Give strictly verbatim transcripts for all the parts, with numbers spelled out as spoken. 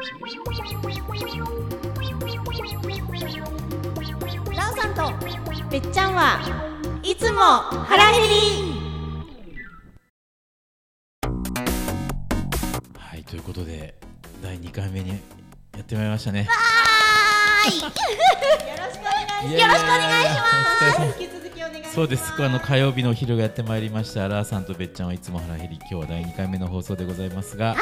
ラオさんとべっちゃんはいつも腹減り。 はい、ということでだいにかいめにやってまいりましたね。 わーいよろしくお願いします。よろしくお願いします。引き続きお願いします。 そうです。あの火曜日のお昼がやってまいりました。ラーさんとべっちゃんはいつも腹減り。今日はだいにかいめの放送でございますが、はい、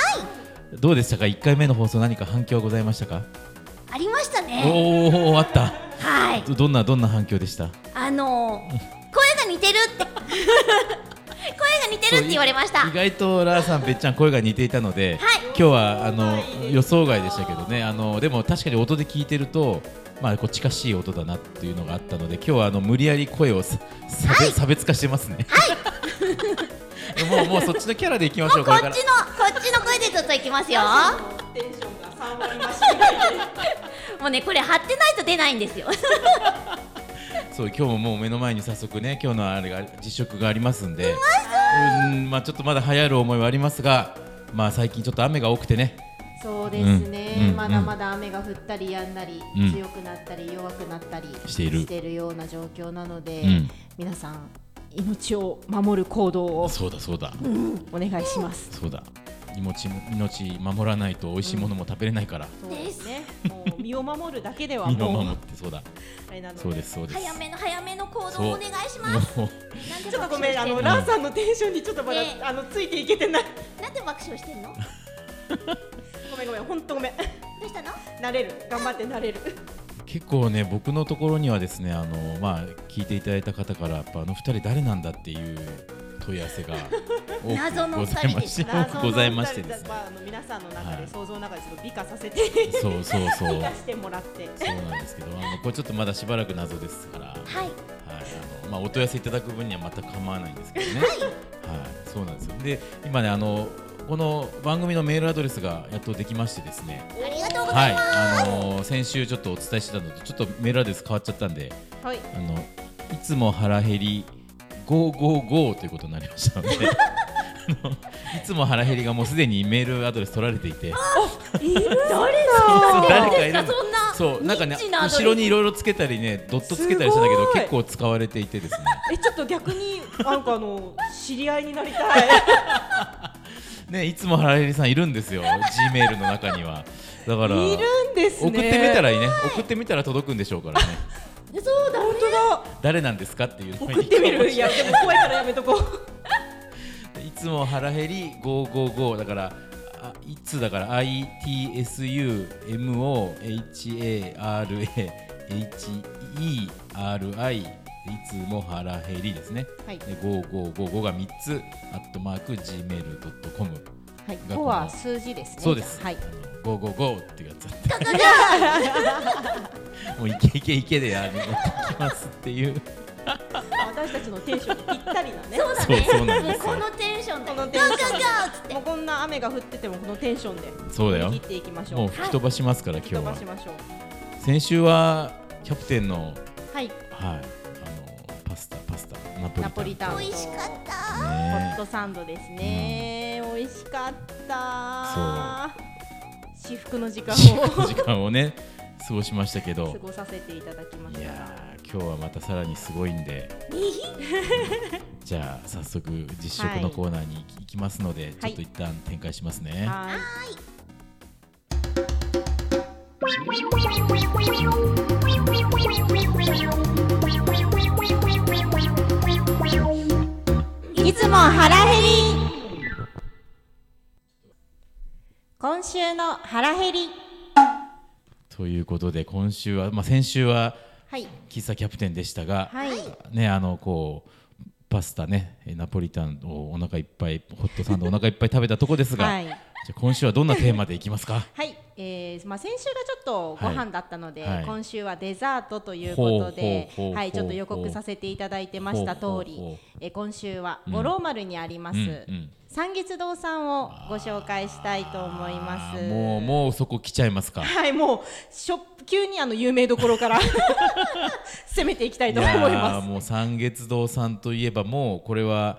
どうでしたか。いっかいめの放送何か反響はございましたか。 ありましたね。 おお、あった。 はい。 どんなどんな反響でした。 あのー、声が似てるって声が似てるって言われました。 意外とラーさんべっちゃん声が似ていたので、はい、今日はあの予想外でしたけどね。あのでも確かに音で聞いてると、まあ、こう近しい音だなっていうのがあったので、今日はあの無理やり声を差別、はい、差別化してますね。はいもうもうそっちのキャラでいきましょう。 こっちのこっちの声でずっといきますよ。 テンションがさんわり増しぐらいでもうね、これ張ってないと出ないんですよ。 そう、今日ももう目の前に早速ね、今日のあれが実食がありますんで、うん、まあちょっとまだ流行る思いはありますが、まあ最近ちょっと雨が多くてね。 そうですね、 うんうん、 まだまだ雨が降ったり止んだり、うん、強くなったり弱くなったりしている、しているような状況なので、うん、皆さん命を守る行動をそうだそうだ、 うん、お願いします。 そうだ、命, 命守らないと美味しいものも食べれないから、 うん、そうですね。もう身を守るだけではもう身を守ってそうだそうですそうです。 早めの早めの行動をお願いします。 ちょっとごめん、あのランさんのテンションにちょっとまだ、えー、あのついていけてない。 なんで爆笑してんの。 ごめんごめん、本当ごめん。 どうしたの。 慣れる、頑張って慣れる。 結構ね、僕のところにはですね、あのまあ聞いていただいた方からやっぱあのふたり誰なんだっていう問い合わせが多くございましてございましてですね、 まあ、あの皆さんの中で、はい、想像の中でちょっと美化させてそうそうそう出してもらってそうなんですけど、あのこれちょっとまだしばらく謎ですから、はい、はい、あのまあお問い合わせいただく分には全く構わないんですけどね。はい、はい、そうなんですよ。で今ね、あのこの番組のメールアドレスがやっとできましてですね、 ありがとうございます。 はい、あの先週ちょっとお伝えしてたので、ちょっとメールアドレス変わっちゃったんで、はい、あのいつも腹減りごーごーごーということになりましたのでいつも腹減りがもうすでにメールアドレス取られていて、 あ、いる誰だ誰かいる。 そんなそう、なんかね、後ろにいろいろつけたりね、ドットつけたりしたんだけど結構使われていてですねえ、ちょっと逆になんかあの知り合いになりたいね、いつも腹減りさんいるんですよ、G メールの中には。だからいるんですね。 送ってみたらいいね、送ってみたら届くんでしょうからね。 そうだ、 本当だ。 誰なんですかっていうのを送ってみる。いやでも怖いからやめとこう。いつも腹減りごーごーごーだから、あいつだから アイティーエスユーエムオーエイチエーアールエーエイチイーアールアイいつも腹減りですね。はい、でごーごーごーごがみっつアットマーク ジーメールドットコム。 はい、ごは数字ですね。 そうです。 はい。 ごーごーごーっていうやつあって。もういけいけいけでやるやってきますっていう。 私たちのテンションにぴったりなね。 そうだね。 そうそうなんですよ。 このテンションで。 このテンションで。もうこんな雨が降っててもこのテンションで。 そうだよ。 切っていきましょう。 もう吹き飛ばしますから、はい、今日は。 吹き飛ばしましょう。先週はキャプテンのはいはい。パスタパスタナポリタン。ナポリタン美味しかった。 ホットサンドですね。うん、美味しかった。そう。至福の時間を時間をね過ごしましたけど。 過ごさせていただきました。 いや今日はまたさらにすごいんで。じゃあ早速実食のコーナーに行きますので、はい、ちょっと一旦展開しますね。 はい。いつも腹減り。今週の腹減りということで、今週は、まあ、先週は喫茶キャプテンでしたが、はい、ね、あのこうパスタね、ナポリタンをお腹いっぱい、ホットサンドお腹いっぱい食べたとこですが、はい、じゃあ今週はどんなテーマでいきますか。 はい、えーまあ、先週がちょっとご飯だったので、はい、今週はデザートということで、はい、ちょっと予告させていただいてました通り、えー、今週は五郎丸にあります、うんうんうん、三月堂さんをご紹介したいと思います。 もうもうそこ来ちゃいますか。 はい、もうショップ急にあの有名どころから攻めていきたいと思います。 いやもう三月堂さんといえばもうこれは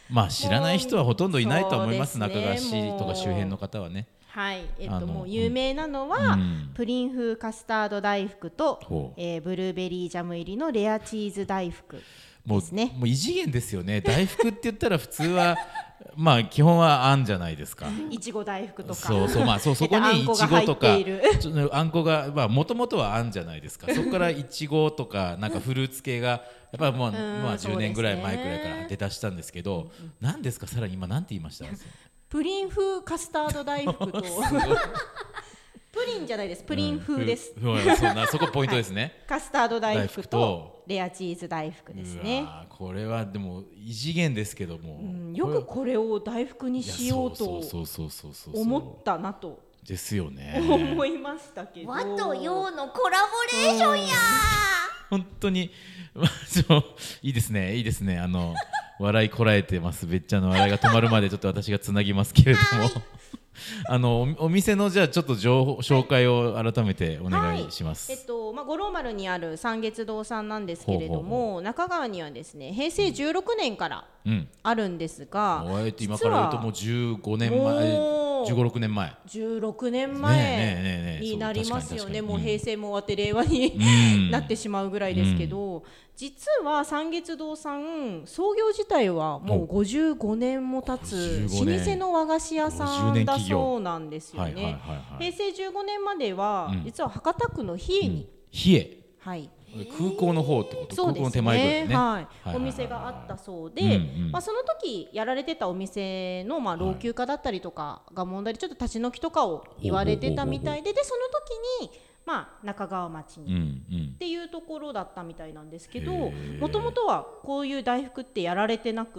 まあ知らない人はほとんどいないと思います、中川市とか周辺の方はね。 はい、えっともう有名なのは、うん、プリン風カスタード大福と、えー、ブルーベリージャム入りのレアチーズ大福ですね。 もう、もう異次元ですよね。大福って言ったら普通はまあ基本はあんじゃないですか。 いちご大福とか。 そうそう、まあそう、そこにいちごとかあんこがまあもともとはあんじゃないですか。そこからいちごとかなんかフルーツ系がやっぱりもう、まあじゅうねんぐらい前くらいから出だしたんですけど、何ですか、さらに今なんて言いました？ プリン風カスタード大福とプリンじゃないです、プリン風です、 うん、そ, そんなそこポイントですね、はい、 カスタード大福とレアチーズ大福ですね。 これはでも異次元ですけども、 うん、よくこれを大福にしようと思ったなとですよね思いましたけど、 和と洋のコラボレーションや本当にいいですね、いいですね。あの笑いこらえてます。べっちゃんの笑いが止まるまでちょっと私がつなぎますけれどもあの お, お店のじゃあちょっと情報紹介を改めてお願いします。 はい、えっとまあ、五郎丸にある三月堂さんなんですけれども、ほうほうほう、中川にはですね平成じゅうろくねんからあるんですが、 うん、今から言うともうじゅうごねんまえじゅうご、ろくねんまえじゅうろくねんまえになりますよね。もう平成も終わって令和になってしまうぐらいですけど、うん、実は三月堂さん創業自体はもうごじゅうごねんも経つ老舗の和菓子屋さんだそうなんですよね。平成じゅうごねんまでは実は博多区の比叡に、 比叡、 はい、 空港の方ってこと？ そうですね、 空港の手前ぐらいね、 はい、お店があったそうで、まあ、その時やられてたお店のまあ老朽化だったりとかが問題でちょっと立ち退きとかを言われてたみたいで、でその時にまあ中川町にっていうところだったみたいなんですけど、もともとはこういう大福ってやられてなくって、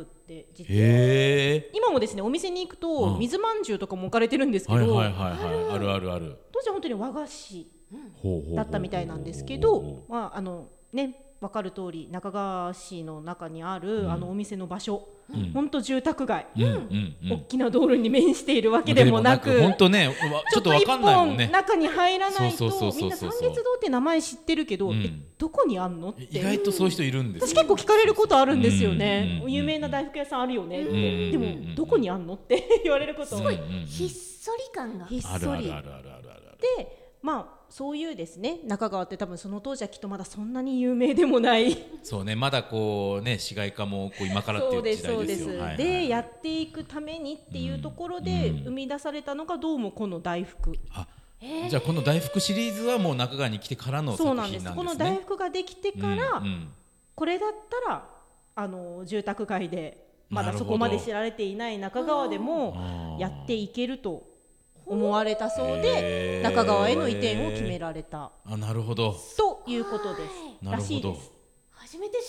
実は今もですねお店に行くと水まんじゅうとかも置かれてるんですけど、 あるあるある、 当時は本当に和菓子だったみたいなんですけど、まああのね分かる通り中川市の中にある、うん、あのお店の場所、本、うん、当住宅街、うんうんうん、大きな道路に面しているわけでもなく、 本当ね、ちょっと分かんないもんね。 一本中に入らないとみんな三月堂って名前知ってるけど、うん、えどこにあんのって意外とそういう人いるんですよ。 私結構聞かれることあるんですよね、うんうん、有名な大福屋さんあるよねって、うん、でもどこにあんのって言われることすごいひっそり感がひっそりで、まあそういうですね中川って多分その当時はきっとまだそんなに有名でもないそうね、まだこうね市街化もこう今からっていう時代ですよ。 そうですそうです、はいはい、でやっていくためにっていうところで生み出されたのがどうもこの大福、 あ、じゃあこの大福シリーズはもう中川に来てからの作品なんですね。 そうなんです。この大福ができてから、うんうん、これだったらあの住宅街でまだそこまで知られていない中川でもやっていけると思われたそうで、中川への移転を決められた。 あ、なるほど。 ということです。らしいです。 初めて知った。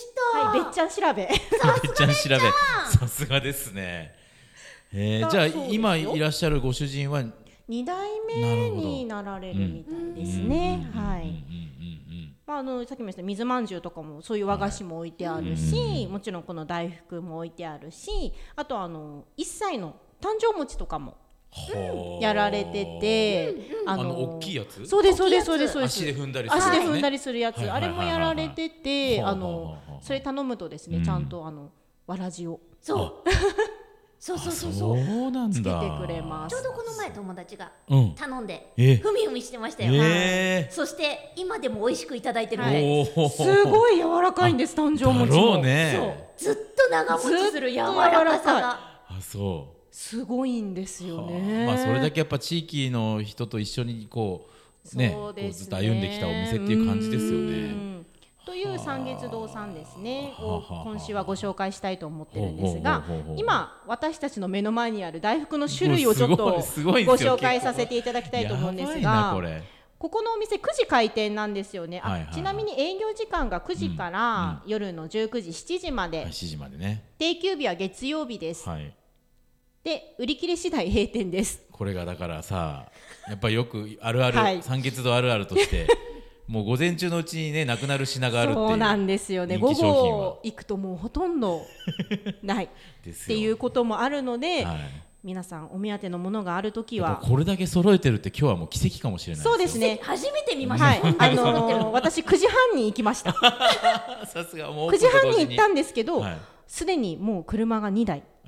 はい、べっちゃん調べ。べっちゃん調べ。さすがですね。えー、じゃあ今いらっしゃるご主人はにだいめになられるみたいですね。はい。まああのさっきも言った水まんじゅうとかもそういう和菓子も置いてあるし、もちろんこの大福も置いてあるし、あとあのいっさいの誕生餅とかも。やられてて、 あの大きいやつ、 そうですそうですそうですそうです、 足で踏んだりする、 足で踏んだりするやつ、あれもやられてて、あのそれ頼むとですねちゃんとあのわらじをそうそうそうそうそうなんだ、 つけてくれます。 ちょうどこの前友達が頼んでふみふみしてましたよ。そして今でも美味しくいただいてるんで、 すごい柔らかいんです。誕生餅もずっと長持ちする柔らかさが、 あ、そうすごいんですよね。 まあそれだけやっぱ地域の人と一緒にこうね、こうずっと歩んできたお店っていう感じですよね。 という三月堂さんですねを今週はご紹介したいと思ってるんですが、今私たちの目の前にある大福の種類をちょっとご紹介させていただきたいと思うんですが、ここのお店くじ開店なんですよね。あ、ちなみに営業時間がくじから夜のじゅうくじ、しちじまで、定休日は月曜日です。で売り切れ次第閉店です。 これがだからさ、やっぱりよくあるある、はい、三月堂あるあるとしてもう午前中のうちにねなくなる品があるっていう。 そうなんですよね。午後行くともうほとんどないっていうこともあるので、はい、皆さんお目当てのものがあるときはこれだけ揃えてるって今日はもう奇跡かもしれないですよ。 そうですね。 初めて見ました、 はい、あのー、私くじはんに行きましたさすがもうくじはんに行ったんですけど、すで、はい、にもう車がにだい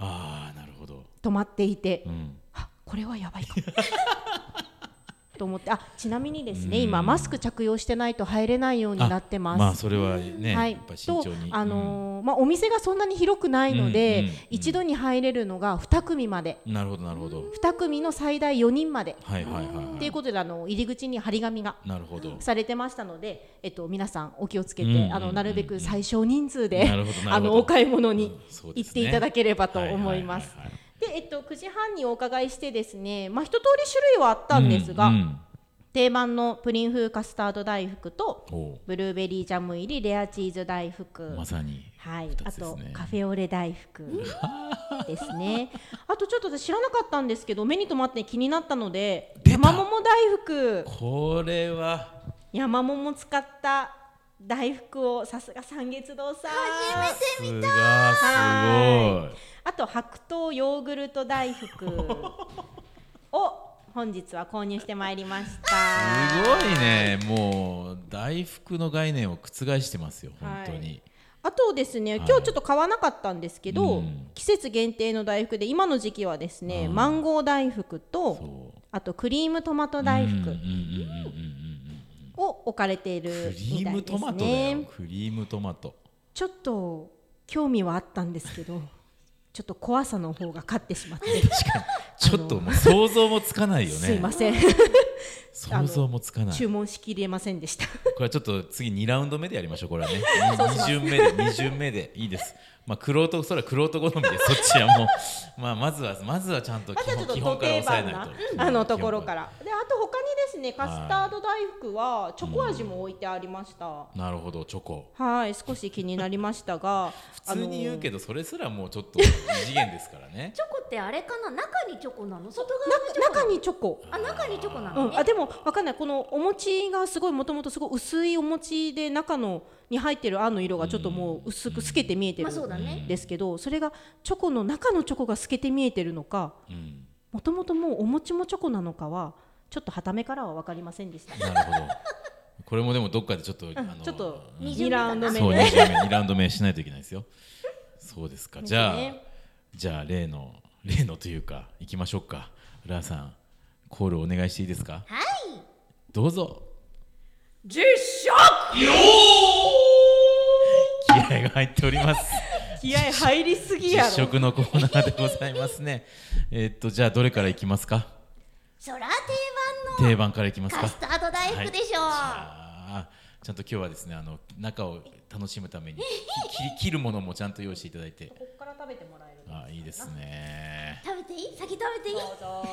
あーなるほど止まっていて、 うん、 あこれはやばいかもと思って、あちなみにですね、今マスク着用してないと入れないようになってます。 まあそれはね、 はい、 やっぱ慎重に、 とあのーうんまあ、お店がそんなに広くないので、うんうんうん、一度に入れるのがに組まで。 なるほどなるほど。 に組の最大よにんまで、 はいはいはいはい、 っていうことであの入り口に張り紙がされてましたので、えっと、皆さんお気をつけて、うんうんうんうん、あのなるべく最小人数であのお買い物に行っていただければと思います。で、えっと、くじはんにお伺いしてですね、まあ、一通り種類はあったんですが、うんうん定番のプリン風カスタード大福とブルーベリージャム入りレアチーズ大福、 まさに、 はい、あとカフェオレ大福ですねあとちょっと私知らなかったんですけど目に留まって気になったので山桃大福、 これは山桃使った大福をさすが三月堂さん初めて見た。 すごい。 あと白桃ヨーグルト大福を本日は購入してまいりました。 すごいね、もう大福の概念を覆してますよ、本当に、はい、 あとですね、今日ちょっと買わなかったんですけど、はい、季節限定の大福で今の時期はですね、うん、マンゴー大福とあとクリームトマト大福を置かれているみたいですね。クリームトマトだよ、 クリームトマト。 ちょっと興味はあったんですけどちょっと怖さの方が勝ってしまって確かにちょっともう想像もつかないよねすいません想像もつかない。 注文しきれませんでしたこれはちょっと次にラウンド目でやりましょう。これはねに巡目でに巡目でいいです。まあクロート、それはクロート好みでそっちはもうまあまずはまずはちゃんと基本、基本から抑えないとあのところからで、あと他にですねカスタード大福はチョコ味も置いてありました、 うん、なるほど、チョコ、 はい少し気になりましたが普通に言うけどそれすらもうちょっと異次元ですからねチョコってあれかな、中にチョコなの、外側にチョコ、 中にチョコ、 あ中にチョコなの、ね、 うん、あでもわかんない、このお餅がすごいもともとすごい薄いお餅で中のに入ってるあんの色がちょっともう薄く透けて見えてるんですけど、それがチョコの中のチョコが透けて見えてるのか、もともともうお餅もチョコなのかはちょっとはためからは分かりませんでした。 なるほどこれもでもどっかでちょっと、うん、あのちょっとにラウンド目そうに巡目にラウンド目しないといけないですよそうですか、じゃあじゃあ例の例のというか行きましょうか。浦和さんコールお願いしていいですか。 はい、 どうぞ。 実食よー気合が入っております気合入りすぎやろ。 実食のコーナーでございますねえっとじゃあどれからいきますか。 そら定番の定番からいきますか。 カスタード大福でしょう、 はい、ちゃんと今日はですねあの中を楽しむために切るものもちゃんと用意していただいてここから食べてもらえる。 あいいですね。 食べていい、先食べていい。 どうぞ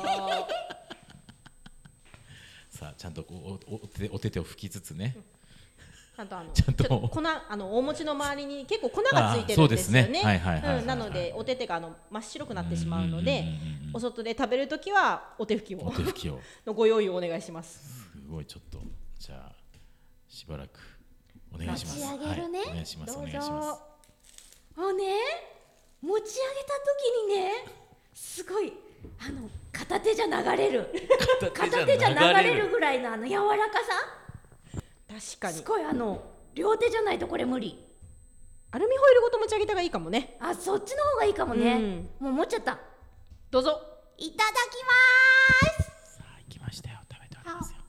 さあちゃんとこう お, お, 手お手手を拭きつつねちゃんとあのちゃんとちょっと粉あのお餅の周りに結構粉がついてるんですよね。なのでお手手があの真っ白くなってしまうので、お外で食べるときはお手拭きをお手拭きをのご用意をお願いします。 すごいちょっとじゃあしばらくお願いします。 持ち上げるね、 はい、お願いします。お願いします。 もうね持ち上げたときにねすごいあの片手じゃ流れる片手じゃ流れるぐらいのあの柔らかさ、 確かにすごいあの両手じゃないとこれ無理。 アルミホイルごと持ち上げたがいいかもね。 あそっちの方がいいかもね、うん、もう持っちゃった。 どうぞいただきまーす。 さあ行きましたよ。食べておりますよ。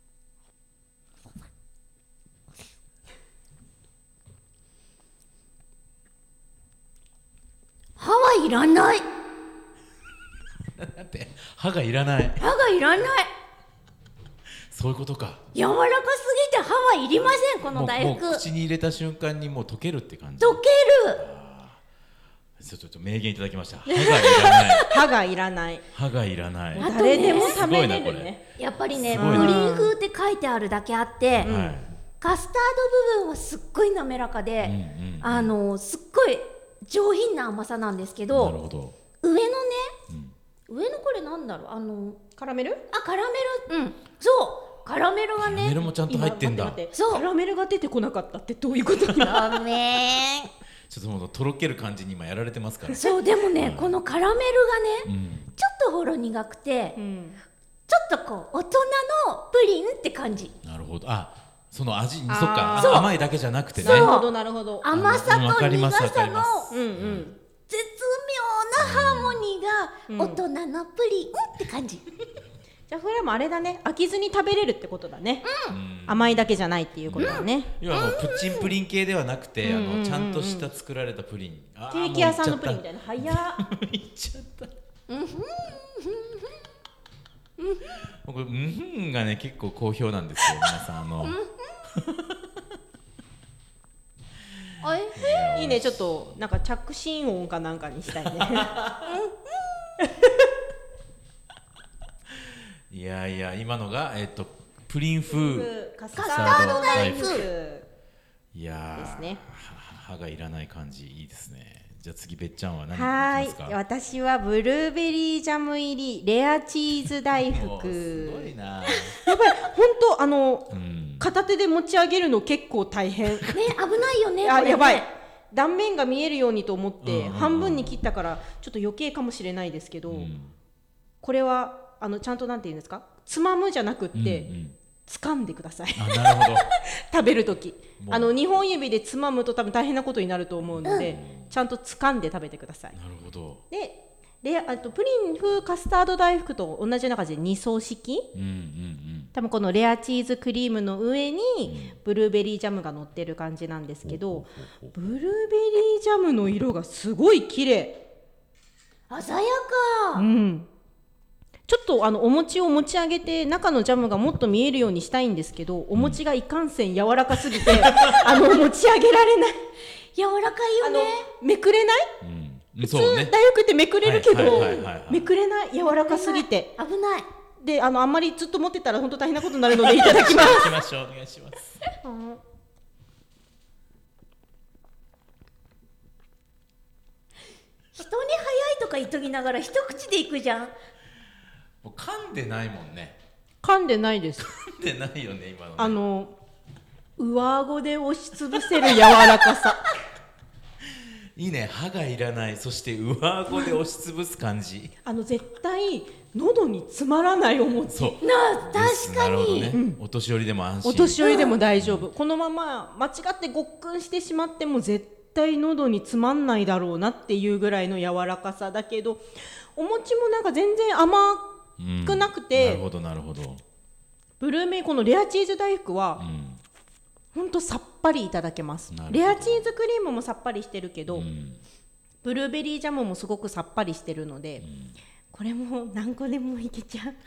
歯はいらないだって歯がいらない。 歯がいらない。 そういうことか。 柔らかすぎて歯はいりません。この大福もう口に入れた瞬間にもう溶けるって感じ。 溶ける。 ちょっと名言いただきました。歯がいらない歯がいらない歯がいらない。 誰でも食べれるね。 やっぱりねプリン風って書いてあるだけあって、うん、カスタード部分はすっごい滑らかで、うんうんうん、あのすっごい上品な甘さなんですけど、 なるほど。 上のね、うん、上のこれなんだろう、あのカラメル？ あカラメル、うんそうカラメルがね。 カラメルもちゃんと入ってんだ。 待って待ってそうカラメルが出てこなかったってどういうこと？ ごめんちょっともうとろける感じに今やられてますから。 そうでもね、うん、このカラメルがね、うん、ちょっとほろ苦くて、うん、ちょっとこう大人のプリンって感じ。 なるほど。あその味そっか甘いだけじゃなくてね。 なるほどなるほど。 甘さと苦さのうんうん絶妙なハーモニーが大人のプリンって感じ。 じゃあこれもあれだね、飽きずに食べれるってことだね、うん、甘いだけじゃないっていうことだね、 要はもうプッチンプリン系ではなくて、うん、あのちゃんとした作られたプリン、 ケーキ屋さんのプリンみたいな。早っいっちゃった僕うんふんがね結構好評なんですよ皆さん。あのいいね、ちょっとなんか着信音かなんかにしたいねいやいや今のが、えー、とプリン風カスタード大福。 いやですね、 歯がいらない感じいいですね。じゃあ次べっちゃんは何いきますか？ はい、私はブルーベリージャム入りレアチーズ大福すごいな。 やっぱり本当あの、うん、片手で持ち上げるの結構大変ね、 危ないよね。 あ、 ね、 やばい、断面が見えるようにと思って半分に切ったからちょっと余計かもしれないですけど、うん、これはあのちゃんとなんて言うんですか、つまむじゃなくって、うんうん、掴んでください。 あ、なるほど食べるときあのにほん指でつまむと多分大変なことになると思うので、うん、ちゃんと掴んで食べてください。 なるほど。 でレアあとプリン風カスタード大福と同じような感じでに層式、うんうんうん、多分このレアチーズクリームの上にブルーベリージャムが乗ってる感じなんですけど、うん、ブルーベリージャムの色がすごい綺麗、 鮮やか、 うん、ちょっとあのお餅を持ち上げて中のジャムがもっと見えるようにしたいんですけど、お餅がいかんせん柔らかすぎてあの持ち上げられない。 柔らかいよね。 めくれない、うん、普通大福ってめくれるけどめくれない、柔らかすぎて危ない。 であのあんまりずっと持ってたら本当大変なことになるのでいただきます。 いきましょう、お願いします。 人に早いとか言っときながら一口でいくじゃん。 もう噛んでないもんね。 噛んでないです。 噛んでないよね今のね。 あの上顎で押しつぶせる柔らかさいいね、歯がいらない、そして上顎で押しつぶす感じあの絶対喉に詰まらないお餅。 そうな、確かに、 ね、うん、お年寄りでも安心、 お年寄りでも大丈夫、うん、このまま間違ってごっくんしてしまっても絶対喉に詰まんないだろうなっていうぐらいの柔らかさだけど、お餅もなんか全然甘くなくて、 うん、なるほどなるほど。 ブルーメイこのレアチーズ大福は、うん、ほんとさっぱりいただけます。レアチーズクリームもさっぱりしてるけど、うん、ブルーベリージャムもすごくさっぱりしてるので、うん、これも何個でもいけちゃう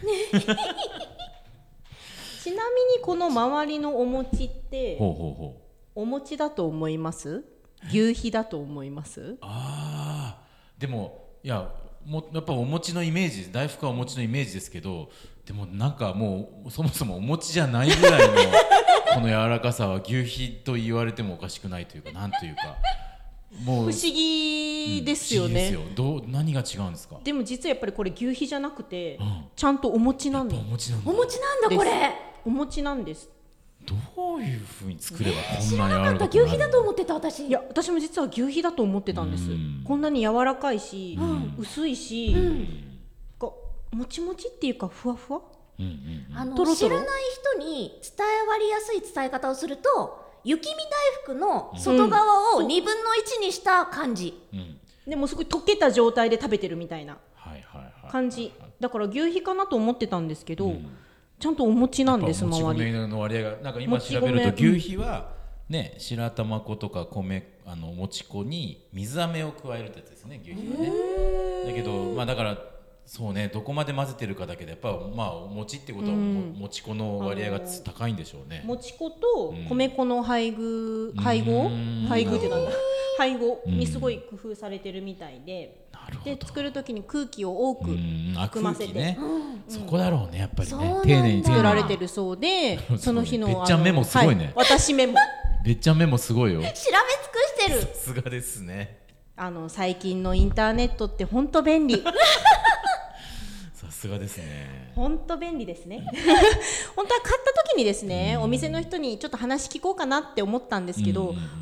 ちなみにこの周りのお餅ってほうほうほう、お餅だと思います？牛皮だと思います？ あー、でもいやもやっぱお餅のイメージ、大福はお餅のイメージですけど、でもなんかもうそもそもお餅じゃないぐらいのこの柔らかさは牛皮と言われてもおかしくないというか、なんというかもう不思議ですよね、 うん、不思議ですよ。どう何が違うんですか？ でも実はやっぱりこれ牛皮じゃなくて、うん、ちゃんとお餅なんだ。 お餅なんだ。 お餅なんだこれ。 お餅なんです。 どういう風に作ればこんな柔らかくなるの？ 知らなかった。牛皮だと思ってた私。 いや私も実は牛皮だと思ってたんです。こんなに柔らかいし、うん、薄いし、うん、こうもちもちっていうかふわふわ。 うんうんうん、あのトロトロ知らない人に伝わりやすい伝え方をすると、雪見大福の外側をにぶんのいちにした感じ、うんうん、 でもすごい溶けた状態で食べてるみたいな感じだから牛皮かなと思ってたんですけど、うん、ちゃんとお餅なんです。周りもち米の割合がなんか今調べると牛皮は、ね、白玉粉とか米あのもち粉に水飴を加えるってやつですね、牛皮はね。だけどまあだからそうね、どこまで混ぜてるかだけでやっぱまあお餅ってことは、うん、もち粉の割合が高いんでしょうね。 もち粉と米粉の配合、うん、配合配合ってなんだ配合にすごい工夫されてるみたいで、うん、で作る時に空気を多く含ませて、ね、 うん、そこだろうねやっぱりね、丁寧に作られてるそうでその日のべっちゃんメモすごいね、 はい、私メモべっちゃんメモすごいよ。調べ尽くしてる。 さすがですね。 あの最近のインターネットって本当便利さすがですね。 本当便利ですね本当は買った時にですね、うん、お店の人にちょっと話聞こうかなって思ったんですけど、うんうんうん、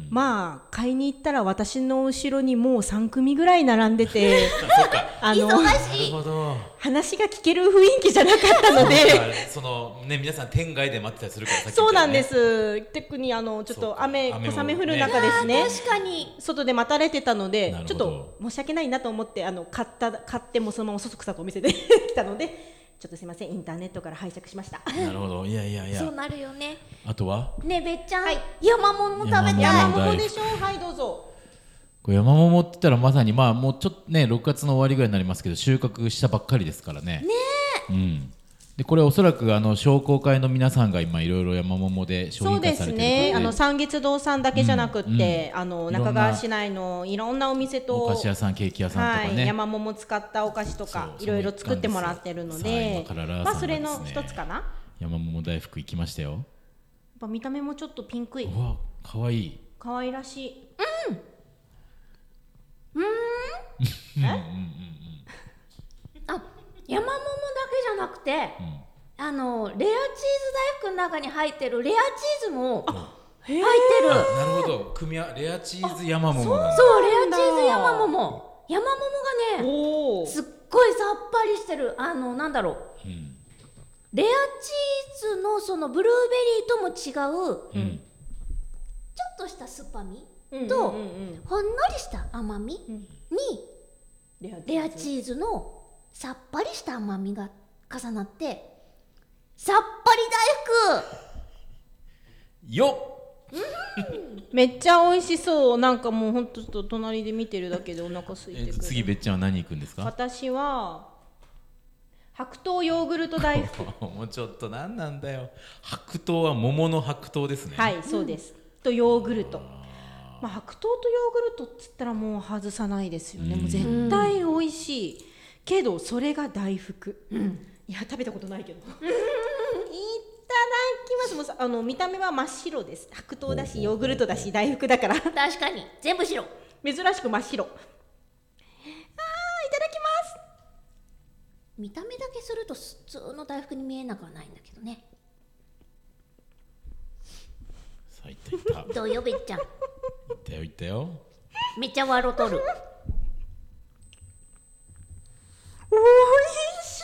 まあ買いに行ったら私の後ろにもうさん組ぐらい並んでてあの忙しい、 なるほど、 話が聞ける雰囲気じゃなかったのでその、ね、皆さん店外で待ってたりするから、さっきみたいにね、 そうなんです。特にあのちょっと雨小雨降る中ですね、 確かに外で待たれてたのでちょっなるほど、 と申し訳ないなと思ってあの買った買ってもそのままそそくさとお店で来たのでちょっとすいません、インターネットから拝借しました。 なるほど、いやいやいや、 そうなるよね。 あとはね、べっちゃん、 はい、 山桃も食べたい。 山桃でしょう。はい、どうぞ。 これ山桃って言ったらまさに、まあもうちょっとね、ろくがつの終わりぐらいになりますけど、収穫したばっかりですからね。 ねえ、うん、でこれおそらくあの商工会の皆さんが今いろいろ山桃で商品化されてると、 そうですね、あの三月堂さんだけじゃなくって、 うんうん、 あの中川市内のいろんなお店とお菓子屋さん、ケーキ屋さんとかね、 はい、山桃使ったお菓子とかいろいろ作ってもらってるので、まあそれの一つかな。 山桃大福行きましたよ。やっぱ見た目もちょっとピンクい、 うわ、かわいい、 かわいらしい。 うんうんえあ、山桃だけじゃなくて、うん、あのレアチーズ大福の中に入ってるレアチーズも入ってる。 なるほど、組み合レアチーズ山桃なんだ。 そう、レアチーズ山桃。山桃がね、すっごいさっぱりしてる。あのなんだろう、うん、レアチーズのそのブルーベリーとも違う、うん、ちょっとした酸っぱみと、うんうんうんうん、ほんのりした甘みに、うん、レアチーズのさっぱりした甘みが重なってさっぱり大福よっめっちゃ美味しそう。なんかもうほんとちょっと隣で見てるだけでお腹空いてくる。 次べっちゃんは何行くんですか？ 私は白桃ヨーグルト大福もうちょっと何なんだよ。白桃は桃の白桃ですね。 はい、そうです、うん、とヨーグルト、まあ、白桃とヨーグルトっつったらもう外さないですよね。もう絶対美味しいけどそれが大福、うん、いや食べたことないけどいただきます。もうあの見た目は真っ白です。白桃だしヨーグルトだし大福だから確かに全部白、 珍しく真っ白。あー、いただきます。 見た目だけすると普通の大福に見えなくはないんだけどね。 さあいったいったどうよべっちゃん。いったよいったよ。 めっちゃ笑とる。 おいしい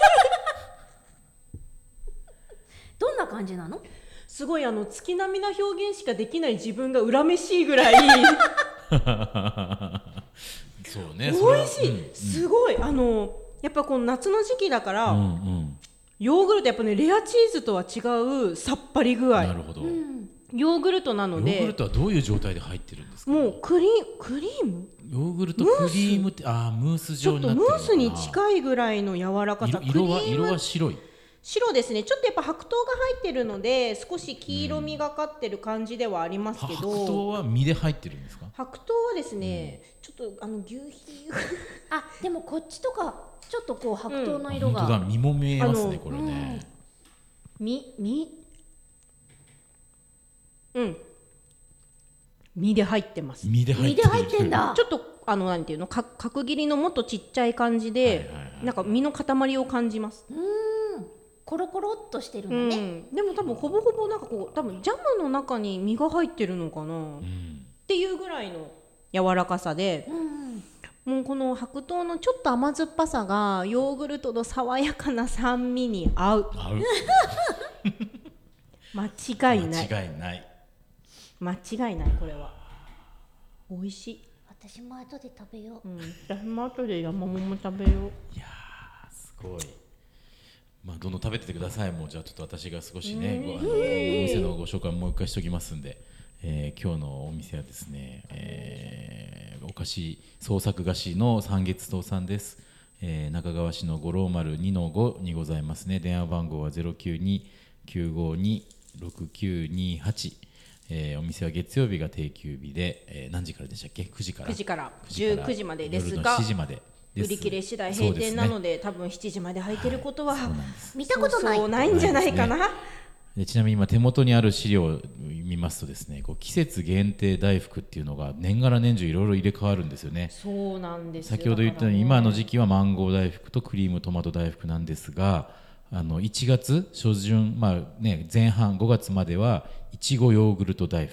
どんな感じなの？ すごいあの月並みな表現しかできない自分が恨めしいぐらいそうね、 おいしい、うんうん、すごいあのやっぱこの夏の時期だから、うんうん、ヨーグルトやっぱねレアチーズとは違うさっぱり具合。 なるほど、うん、 ヨーグルトなので。 ヨーグルトはどういう状態で入ってるんですか？ もうクリクリームヨーグルトクリームってあームース状になってるのかな。 ちょっとムースに近いぐらいの柔らかさ。 色, 色は色は白い。 白ですね。ちょっとやっぱ白桃が入ってるので少し黄色みがかってる感じではありますけど、 うん、白桃は実で入ってるんですか？ 白桃はですね、うん、ちょっとあの牛皮あ、でもこっちとかちょっとこう白桃の色が、 うん、本当だ、実も見えますねこれね。 実実うん実で入ってます。 実で入って実で入ってんだ。 ちょっとあのなんていうのか角切りのもっとちっちゃい感じで、はいはいはい、なんか実の塊を感じます。 うーん、コロコロっとしてるんだね、 うん、でも多分ほぼほぼなんかこう多分ジャムの中に実が入ってるのかな、うん、っていうぐらいの柔らかさで、うん、もうこの白桃のちょっと甘酸っぱさがヨーグルトの爽やかな酸味に合う合う間違いない間違いない間違いない。これは美味しい。 私も後で食べよう、 うん、私も後で山桃食べよう。 いやーすごい。まあ、どんどん食べててください。もうじゃあちょっと私が少しね、ごあのお店のご紹介もう一回しておきますんで、えー、今日のお店はですね、えー、お菓子創作菓子の三月堂さんです、えー、中川市の五郎丸 にのご にございますね。電話番号は ゼロきゅうに きゅうごに ろくきゅうにはち、えー、お店は月曜日が定休日で、えー、何時からでしたっけ？くじからくじからじゅうくじまでですが、 夜のしちじまで売り切れ次第閉店なの で, で、ね、多分しちじまで空いてることは、はい、 見たことないそうそうないんじゃないかな、ね、 でちなみに今手元にある資料を見ますとですね、こう季節限定大福っていうのが年がら年中いろいろ入れ替わるんですよね。 そうなんですよ。 先ほど言ったように今の時期はマンゴー大福とクリームトマト大福なんですが、あのいちがつ初旬、まあね、前半ごがつまではいちごヨーグルト大福、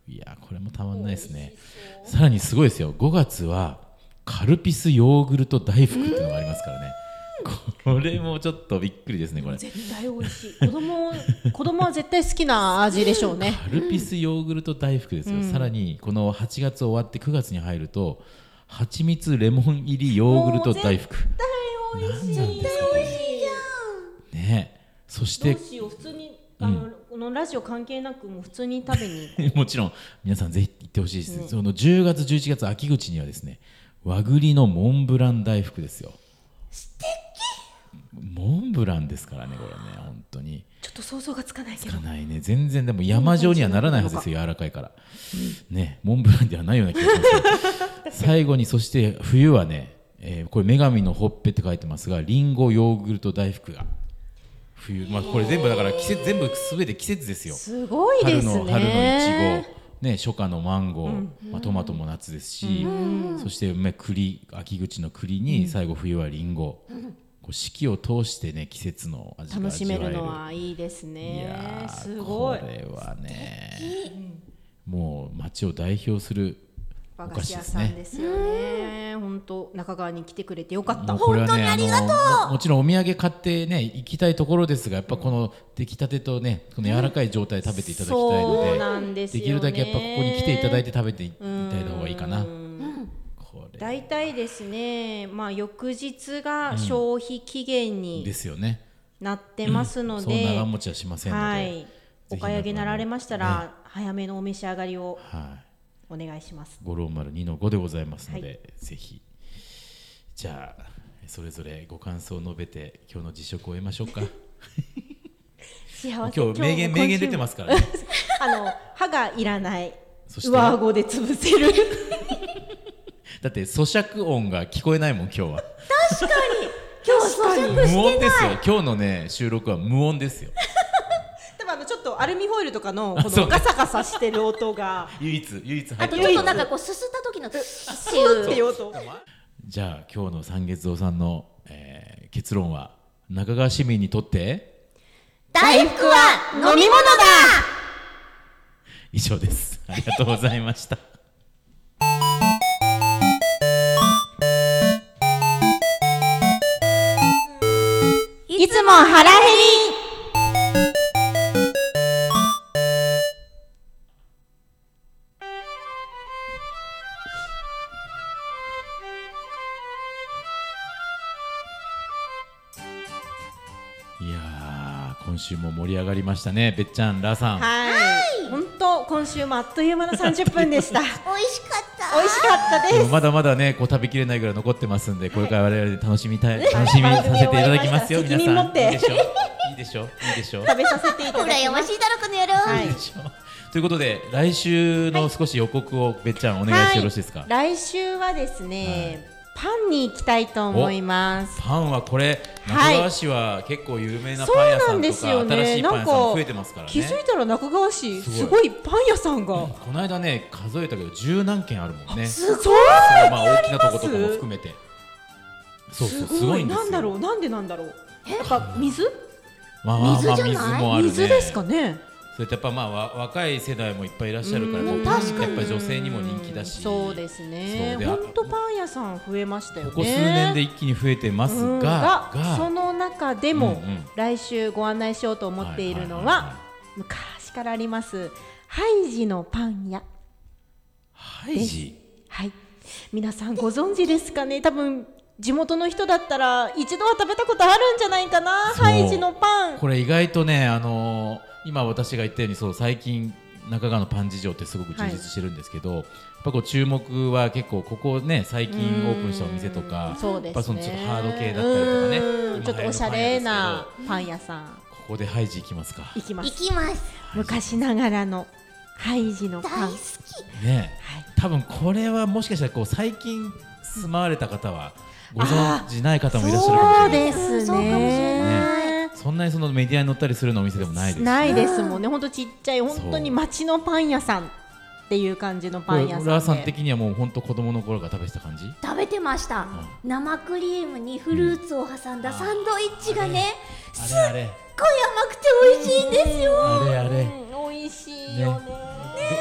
いやこれもたまんないですね。さらにすごいですよ、ごがつはカルピスヨーグルト大福っていうのがありますからね。これもちょっとびっくりですね。これ絶対美味しい。子供子供は絶対好きな味でしょうね。 カルピスヨーグルト大福ですよ、うん、さらにこのはちがつ終わってくがつに入ると蜂蜜レモン入りヨーグルト大福。 絶対美味しい。絶対美味しいじゃんね。そしてどうしよう、普通にあの、うん、このラジオ関係なくもう普通に食べに行こう。 もちろん皆さんぜひ行ってほしいです、ね、そのじゅうがつじゅういちがつ秋口にはですね和栗のモンブラン大福ですよ。 素敵。 モンブランですからねこれね本当にちょっと想像がつかないけど。 つかないね全然。でも山状にはならないはずですよ柔らかいから、うん、ねモンブランではないような気がします最後にそして冬はね、えー、これ女神のほっぺって書いてますがリンゴヨーグルト大福が冬、まあ、これ全部だから季節全部すべて季節ですよ。 すごいですね。 春の春のいちごね、初夏のマンゴー、うんまあ、トマトも夏ですし、うん、そして、ね、栗秋口の栗に最後冬はリンゴ、うん、こう四季を通してね季節の味が楽しめるのはいいですね。いやすごい。 これはねもう町を代表するお菓子ですね。和菓子屋さんですよね。本当中川に来てくれてよかった。 本当にありがとう。 も, もちろんお土産買ってね行きたいところですがやっぱこの出来たてとねこの柔らかい状態で食べていただきたいので、 そうなんですよね、 できるだけやっぱここに来ていただいて食べていただいた方がいいかな。 だいたいですね、まあ、翌日が消費期限になってますので、 うん、そう長持ちはしませんので、はい、 お買い上げなられましたら、ね、早めのお召し上がりを、はいお願いします。 ごローマルにのごでございますので、はい、ぜひじゃあそれぞれご感想を述べて今日の実食を終えましょうか幸せ。 今日名言名言出てますからねあの歯がいらない、上顎で潰せるだって咀嚼音が聞こえないもん今日は。 確かに今日咀嚼してない。 無音ですよ今日のね収録は無音ですよあのちょっとアルミホイルとかのこのガサガサしてる音が唯一唯一入ってる。あとちょっとなんかこうすすった時のっていう音。 じゃあ今日の三月堂さんの、えー、結論は中川市民にとって大福は飲み物だ。 以上です。ありがとうございましたいつも腹減り。 いやー今週も盛り上がりましたねべっちゃんラーさん。 はい本当今週もあっという間のさんじゅっぷんでした美味しかった美味しかったです。 まだまだねこう食べきれないぐらい残ってますんで、はい、これから我々で楽しみたい楽しみさせていただきますよ皆さん。いいでしょいいでしょいいでしょ食べさせていただきます。 羨ましいだろこの野郎、はい、いいでしょ。 ということで来週の少し予告をべっちゃんお願いしてよろしいですか。 はい、来週はですね、はいパンに行きたいと思います。 パンはこれ中川市は結構有名なパン屋さんとか、はいね、新しいパン屋さんも増えてますからね。 気づいたら中川市すごいパン屋さんが、うん、 この間ね数えたけど十何軒あるもんね。 すごい、 まあ、大きなとことかも含めてそうそうすごいんですよ。 なんだろうなんでなんだろう。やっぱ水、 まあまあまあ水もあるね。 水ですかね。 それとやっぱまあ若い世代もいっぱいいらっしゃるから、やっぱり女性にも人気だし。 そうですね。本当パン屋さん増えましたよね。 ここ数年で一気に増えてますが、 がその中でも来週ご案内しようと思っているのは昔からありますハイジのパン屋。 ハイジ。 はい。皆さんご存知ですかね。多分地元の人だったら一度は食べたことあるんじゃないかな。ハイジのパン。 これ意外とねあのー。今私が言ったようにそう最近中川のパン事情ってすごく充実してるんですけど、はい、やっぱこう注目は結構ここね最近オープンしたお店とか、 そうですね、やっぱそのちょっとハード系だったりとかね、 ちょっとおしゃれなパン屋さん。 ここでハイジ行きますか。 行きます。 行きます。 昔ながらのハイジのパン大好きね、はい、多分これはもしかしたらこう最近住まわれた方はご存知ない方もいらっしゃるかもしれない。 そうですね。 そんなにそのメディアに載ったりするのお店でもないです。 ないですもんね。本当ちっちゃい本当に町のパン屋さんっていう感じのパン屋さんで。 ラーさん的にはもう本当子供の頃から食べてた感じ？ 食べてました。うん、生クリームにフルーツを挟んだサンドイッチがね、うん、すっごい甘くて美味しいんですよ。 あれあれ、 うん、美味しいよね。ね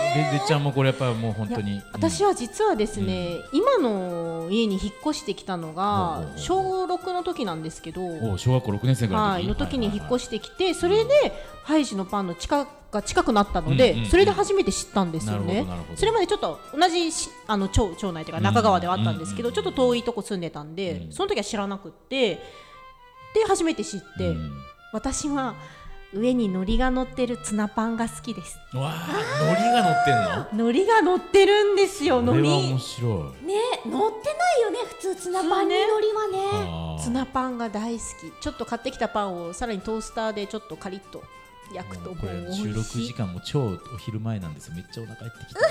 べべっちゃんもこれやっぱりもう本当に。 私は実はですね、うん、今の家に引っ越してきたのがしょうろくの時なんですけど、 お小学校ろくねん生ぐらいの時、 はい、の時に引っ越してきて、それでハイジのパンの近が近くなったので、うんうんうん、それで初めて知ったんですよね。それまでちょっと同じあの 町, 町内というか中川ではあったんですけど、うんうんうん、ちょっと遠いとこ住んでたんで、うん、その時は知らなくってで初めて知って、うん、私は上に海苔が乗ってるツナパンが好きです。 わあ、海苔が乗ってんの？海苔が乗ってるんですよ。 海苔は面白いね、乗ってないよね普通ツナパンに海苔はね。ツナパンが大好き。ちょっと買ってきたパンをさらにトースターでちょっとカリッと焼くともう美味しい。 収録時間も超お昼前なんですよ。めっちゃお腹減ってきた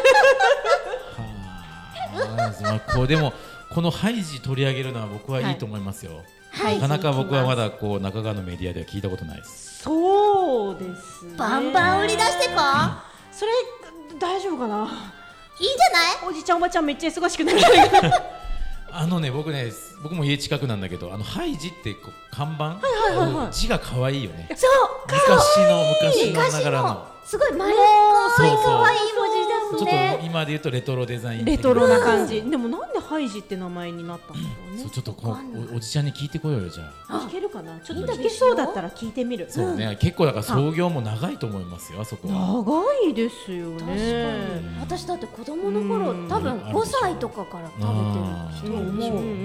はあ、まあ、こうでもこのハイジ取り上げるのは僕はいいと思いますよ、はい、なかなか僕はまだこう中川のメディアでは聞いたことないです。 そうですね。 バンバン売り出してか、 うん、それ大丈夫かな。いいんじゃない？ おじちゃんおばちゃんめっちゃ忙しくなるあのね、僕ね、僕も家近くなんだけど、あのハイジってこう看板、 はいはいはいはい、 字が可愛いよね。 そう、 昔の昔のながらのすごい丸っこい可愛い文字ですね。 ちょっと今で言うとレトロデザイン、 レトロな感じ。でもなんでハイジって名前になったんだろうね。 そう、ちょっとこう お, おじちゃんに聞いてこようよ。じゃあ聞けるかな。ちょっと聞けそうだったら聞いてみる。 そうね、結構だから創業も長いと思いますよ、あそこは。 長いですよね。 確かに。私だって子供の頃多分ごさいとかから食べてる人思う。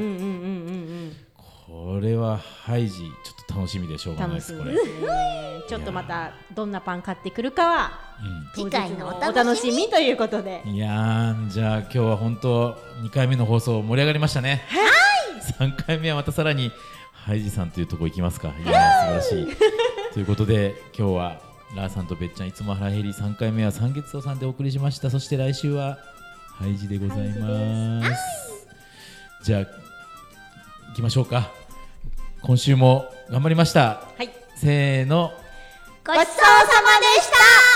これはハイジちょっと楽しみでしょうがないです。これちょっとまたどんなパン買ってくるかは、 うん、次回のお楽, お楽しみということで。 いやー、じゃあ今日は本当にかいめの放送盛り上がりましたね。 はい。 さんかいめはまたさらにハイジさんというところ行きますか。いやー素晴らしいということで今日はラーさんとべっちゃんいつも腹減りさんかいめは三月堂さんでお送りしました。そして来週はハイジでございます。じゃあ行きましょうか。今週も頑張りました、 はい、 せーの、 ごちそうさまでした。